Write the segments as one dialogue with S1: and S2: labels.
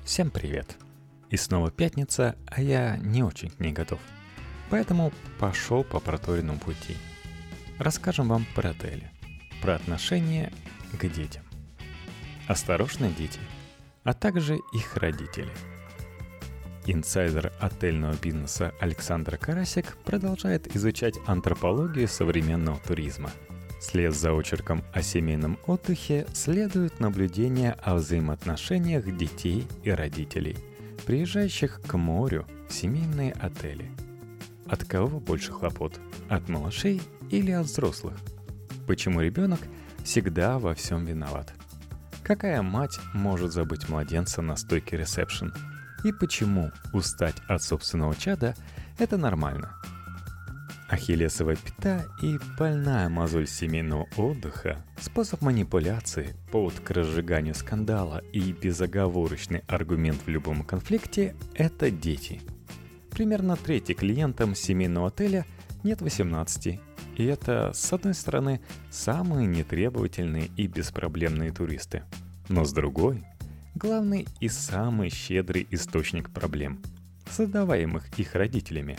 S1: Всем привет! И снова пятница, а я не очень к ней готов. Поэтому пошел по проторенному пути. Расскажем вам про отели, про отношение к детям. Осторожные дети, а также их родители. Инсайдер отельного бизнеса Александр Карасик продолжает изучать антропологию современного туризма. Вслед за очерком о семейном отдыхе следует наблюдение о взаимоотношениях детей и родителей, приезжающих к морю в семейные отели. От кого больше хлопот? От малышей или от взрослых? Почему ребенок всегда во всем виноват? Какая мать может забыть младенца на стойке ресепшн? И почему устать от собственного чада – это нормально? Ахиллесова пята и больная мозоль семейного отдыха, способ манипуляции, повод к разжиганию скандала и безоговорочный аргумент в любом конфликте – это дети. Примерно трети клиентам семейного отеля нет 18, и это, с одной стороны, самые нетребовательные и беспроблемные туристы. Но с другой – главный и самый щедрый источник проблем, создаваемых их родителями.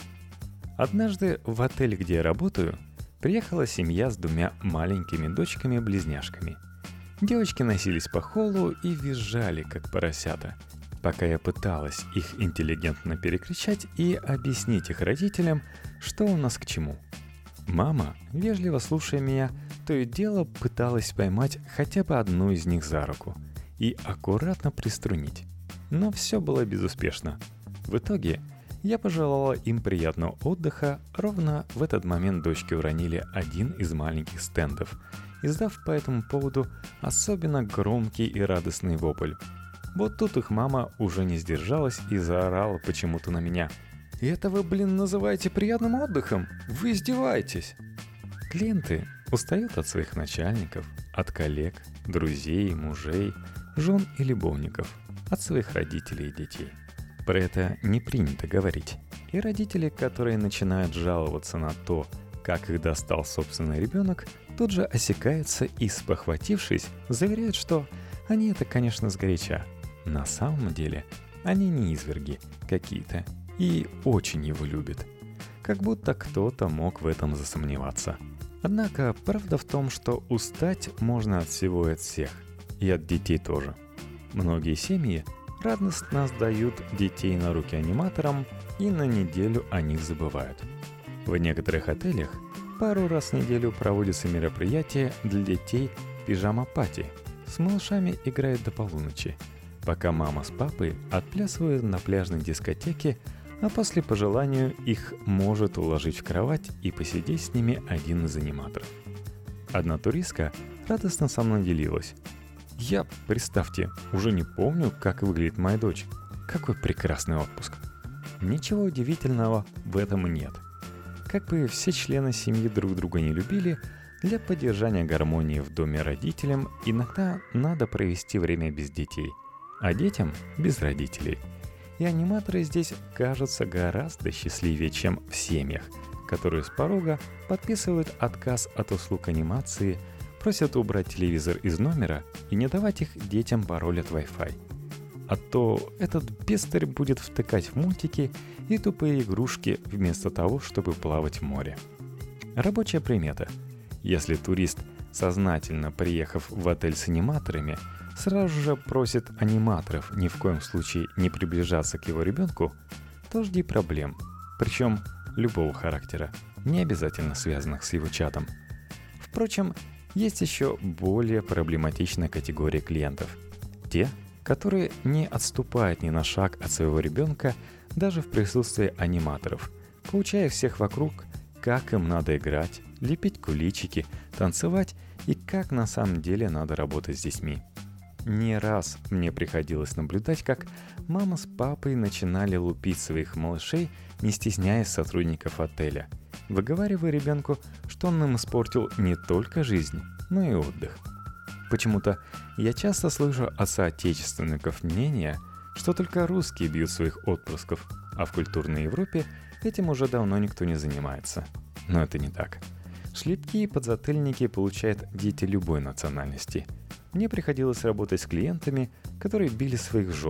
S1: Однажды в отель, где я работаю, приехала семья с двумя маленькими дочками-близняшками. Девочки носились по холлу и визжали, как поросята, пока я пыталась их интеллигентно перекричать и объяснить их родителям, что у нас к чему. Мама, вежливо слушая меня, то и дело пыталась поймать хотя бы одну из них за руку и аккуратно приструнить. Но все было безуспешно. В итоге я пожелала им приятного отдыха, ровно в этот момент дочки уронили один из маленьких стендов, издав по этому поводу особенно громкий и радостный вопль. Вот тут их мама уже не сдержалась и заорала почему-то на меня. «И это вы, называете приятным отдыхом? Вы издеваетесь!» Клиенты устают от своих начальников, от коллег, друзей, мужей, жен и любовников, от своих родителей и детей. Про это не принято говорить. И родители, которые начинают жаловаться на то, как их достал собственный ребенок, тут же осекаются и, спохватившись, заверяют, что они это, конечно, сгоряча. На самом деле они не изверги какие-то и очень его любят. Как будто кто-то мог в этом засомневаться. Однако правда в том, что устать можно от всего и от всех. И от детей тоже. Многие семьи радостно сдают детей на руки аниматорам и на неделю о них забывают. В некоторых отелях пару раз в неделю проводятся мероприятия для детей пижама-пати. С малышами играют до полуночи, пока мама с папой отплясывают на пляжной дискотеке, а после по желанию их может уложить в кровать и посидеть с ними один из аниматоров. Одна туристка радостно со мной делилась. Я, представьте, уже не помню, как выглядит моя дочь. Какой прекрасный отпуск. Ничего удивительного в этом нет. Как бы все члены семьи друг друга не любили, для поддержания гармонии в доме родителям иногда надо провести время без детей, а детям без родителей. И аниматоры здесь кажутся гораздо счастливее, чем в семьях, которые с порога подписывают отказ от услуг анимации, просят убрать телевизор из номера и не давать их детям пароль от Wi-Fi. А то этот пестарь будет втыкать в мультики и тупые игрушки вместо того, чтобы плавать в море. Рабочая примета. Если турист, сознательно приехав в отель с аниматорами, сразу же просит аниматоров ни в коем случае не приближаться к его ребенку, то жди проблем. Причем любого характера, не обязательно связанных с его чадом. Впрочем, есть еще более проблематичная категория клиентов. Те, которые не отступают ни на шаг от своего ребенка даже в присутствии аниматоров, поучая всех вокруг, как им надо играть, лепить куличики, танцевать и как на самом деле надо работать с детьми. Не раз мне приходилось наблюдать, как мама с папой начинали лупить своих малышей, не стесняясь сотрудников отеля, выговаривая ребенку, что он им испортил не только жизнь, но и отдых. Почему-то я часто слышу от соотечественников мнение, что только русские бьют своих отпрысков, а в культурной Европе этим уже давно никто не занимается. Но это не так. Шлепки и подзатыльники получают дети любой национальности. Мне приходилось работать с клиентами, которые били своих жен,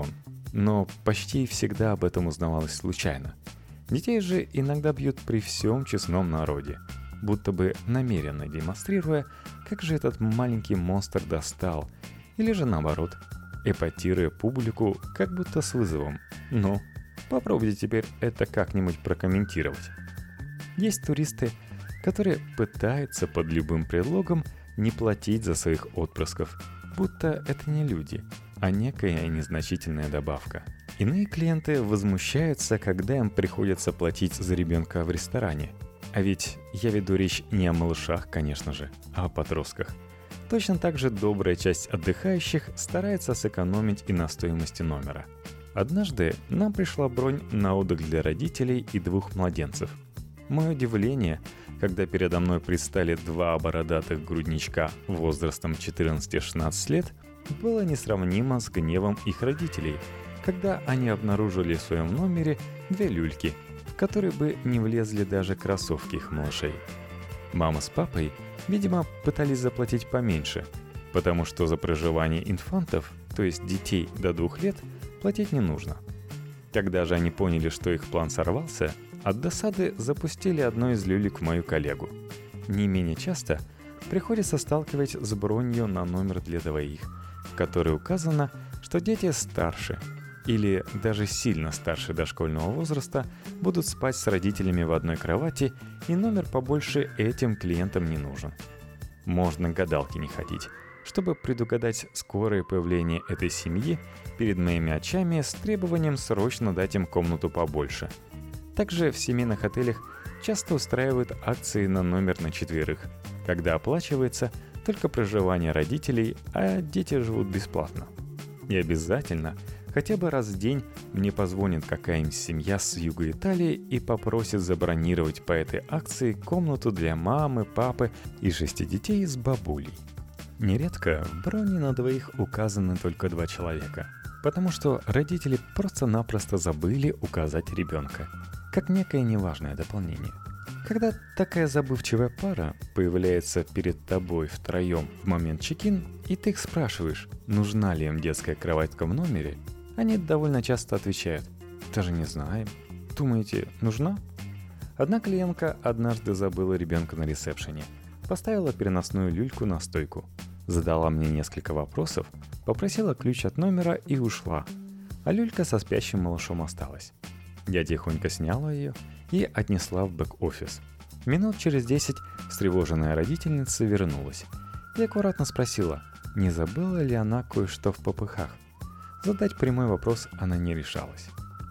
S1: но почти всегда об этом узнавалось случайно. Детей же иногда бьют при всем честном народе, будто бы намеренно демонстрируя, как же этот маленький монстр достал, или же наоборот, эпатируя публику как будто с вызовом. Ну, попробуйте теперь это как-нибудь прокомментировать. Есть туристы, которые пытаются под любым предлогом не платить за своих отпрысков, будто это не люди, а некая незначительная добавка. Иные клиенты возмущаются, когда им приходится платить за ребенка в ресторане. А ведь я веду речь не о малышах, конечно же, а о подростках. Точно так же добрая часть отдыхающих старается сэкономить и на стоимости номера. Однажды нам пришла бронь на отдых для родителей и 2 младенцев. Мое удивление, когда передо мной предстали 2 бородатых грудничка возрастом 14-16 лет, было несравнимо с гневом их родителей, когда они обнаружили в своем номере 2 люльки, в которые бы не влезли даже кроссовки их малышей. Мама с папой, видимо, пытались заплатить поменьше, потому что за проживание инфантов, то есть детей до 2 лет, платить не нужно. Когда же они поняли, что их план сорвался, от досады запустили одну из люлек в мою коллегу. Не менее часто приходится сталкивать с бронью на номер для 2, в которой указано, что дети старше или даже сильно старше дошкольного возраста будут спать с родителями в одной кровати, и номер побольше этим клиентам не нужен. Можно к гадалке не ходить, чтобы предугадать скорое появление этой семьи перед моими очами с требованием срочно дать им комнату побольше. Также в семейных отелях часто устраивают акции на номер на 4, когда оплачивается только проживание родителей, а дети живут бесплатно. И обязательно, хотя бы раз в день, мне позвонит какая-нибудь семья с юга Италии и попросит забронировать по этой акции комнату для мамы, папы и 6 детей с бабулей. Нередко в броне на 2 указаны только 2 человека, потому что родители просто-напросто забыли указать ребенка, как некое неважное дополнение. Когда такая забывчивая пара появляется перед тобой втроем в момент чек-ин, и ты их спрашиваешь, нужна ли им детская кроватка в номере, они довольно часто отвечают: «Даже не знаем. Думаете, нужна?» Одна клиентка однажды забыла ребенка на ресепшене, поставила переносную люльку на стойку, задала мне несколько вопросов, попросила ключ от номера и ушла, а люлька со спящим малышом осталась. Я тихонько сняла ее и отнесла в бэк-офис. Минут через 10 встревоженная родительница вернулась и аккуратно спросила, не забыла ли она кое-что в попыхах. Задать прямой вопрос она не решалась.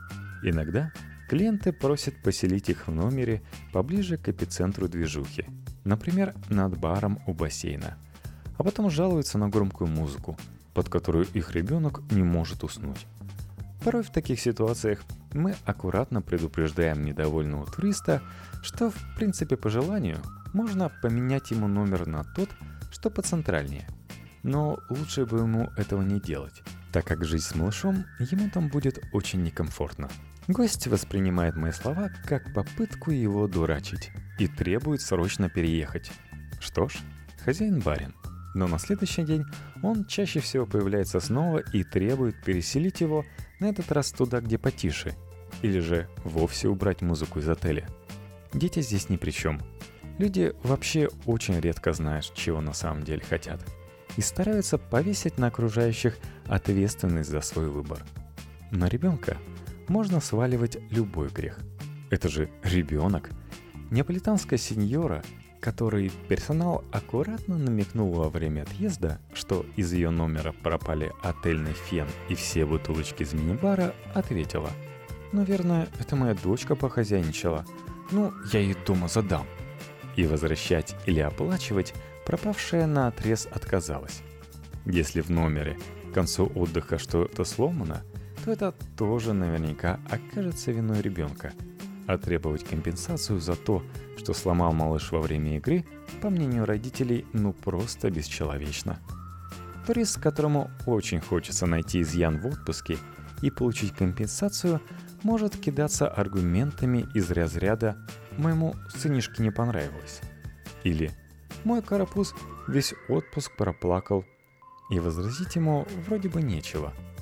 S1: Иногда клиенты просят поселить их в номере поближе к эпицентру движухи, например, над баром у бассейна, а потом жалуются на громкую музыку, под которую их ребенок не может уснуть. Порой в таких ситуациях мы аккуратно предупреждаем недовольного туриста, что в принципе по желанию можно поменять ему номер на тот, что поцентральнее. Но лучше бы ему этого не делать, так как жить с малышом ему там будет очень некомфортно. Гость воспринимает мои слова как попытку его дурачить и требует срочно переехать. Что ж, хозяин барин. Но на следующий день он чаще всего появляется снова и требует переселить его на этот раз туда, где потише, или же вовсе убрать музыку из отеля. Дети здесь ни при чем. Люди вообще очень редко знают, чего на самом деле хотят, и стараются повесить на окружающих ответственность за свой выбор. На ребенка можно сваливать любой грех. Это же ребенок. Неаполитанская сеньора, которой персонал аккуратно намекнул во время отъезда, что из ее номера пропали отельный фен и все бутылочки из мини-бара, ответила: «Наверное, это моя дочка похозяйничала. Ну, я ей дома задам». И возвращать или оплачивать пропавшая наотрез отказалась. Если в номере к концу отдыха что-то сломано, то это тоже наверняка окажется виной ребенка. А требовать компенсацию за то, что сломал малыш во время игры, по мнению родителей, просто бесчеловечно. Турист, которому очень хочется найти изъян в отпуске и получить компенсацию, может кидаться аргументами из разряда «моему сынишке не понравилось» или «мой карапуз весь отпуск проплакал», и возразить ему вроде бы нечего.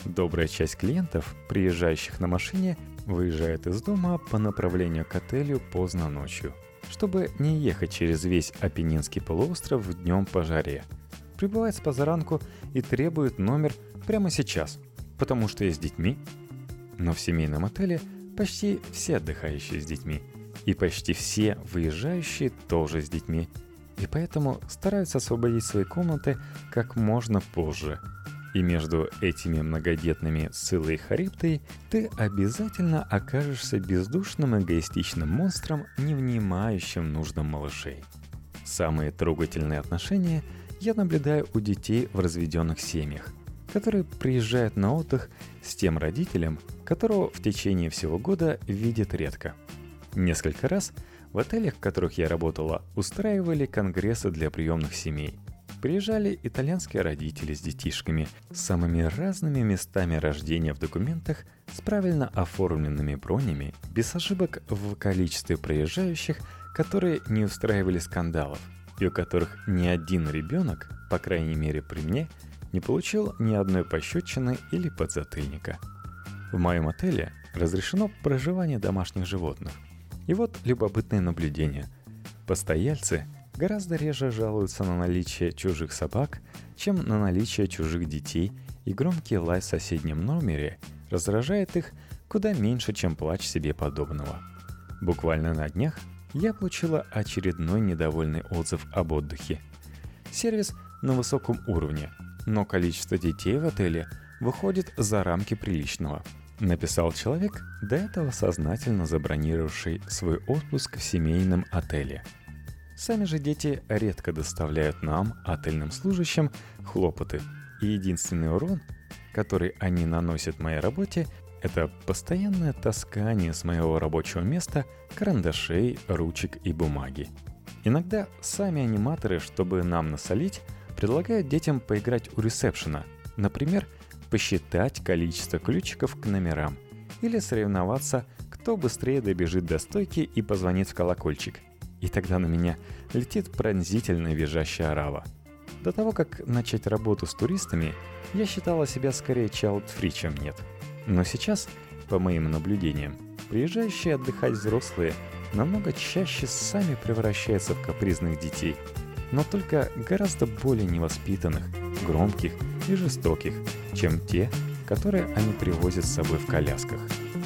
S1: Добрая часть клиентов, приезжающих на машине, выезжает из дома по направлению к отелю поздно ночью, чтобы не ехать через весь Апеннинский полуостров днем по жаре. Прибывает с позаранку и требует номер прямо сейчас, потому что я с детьми. Но в семейном отеле почти все отдыхающие с детьми, и почти все выезжающие тоже с детьми, и поэтому стараются освободить свои комнаты как можно позже. И между этими многодетными Сциллой и Харибдой ты обязательно окажешься бездушным эгоистичным монстром, не внимающим нуждам малышей. Самые трогательные отношения я наблюдаю у детей в разведенных семьях, которые приезжают на отдых с тем родителем, которого в течение всего года видят редко. Несколько раз в отелях, в которых я работала, устраивали конгрессы для приемных семей. Приезжали итальянские родители с детишками, с самыми разными местами рождения в документах, с правильно оформленными бронями, без ошибок в количестве проезжающих, которые не устраивали скандалов, и у которых ни один ребенок, по крайней мере при мне, не получил ни одной пощечины или подзатыльника. В моем отеле разрешено проживание домашних животных. И вот любопытное наблюдение. Постояльцы гораздо реже жалуются на наличие чужих собак, чем на наличие чужих детей, и громкий лай в соседнем номере раздражает их куда меньше, чем плач себе подобного. Буквально на днях я получила очередной недовольный отзыв об отдыхе. Сервис на высоком уровне, но количество детей в отеле выходит за рамки приличного, написал человек, до этого сознательно забронировавший свой отпуск в семейном отеле. Сами же дети редко доставляют нам, отельным служащим, хлопоты, и единственный урон, который они наносят моей работе, это постоянное таскание с моего рабочего места карандашей, ручек и бумаги. Иногда сами аниматоры, чтобы нам насолить, предлагают детям поиграть у ресепшена, например, посчитать количество ключиков к номерам или соревноваться, кто быстрее добежит до стойки и позвонит в колокольчик. И тогда на меня летит пронзительно визжащая орава. До того, как начать работу с туристами, я считала себя скорее child-free, чем нет. Но сейчас, по моим наблюдениям, приезжающие отдыхать взрослые намного чаще сами превращаются в капризных детей, но только гораздо более невоспитанных, громких и жестоких, чем те, которые они привозят с собой в колясках.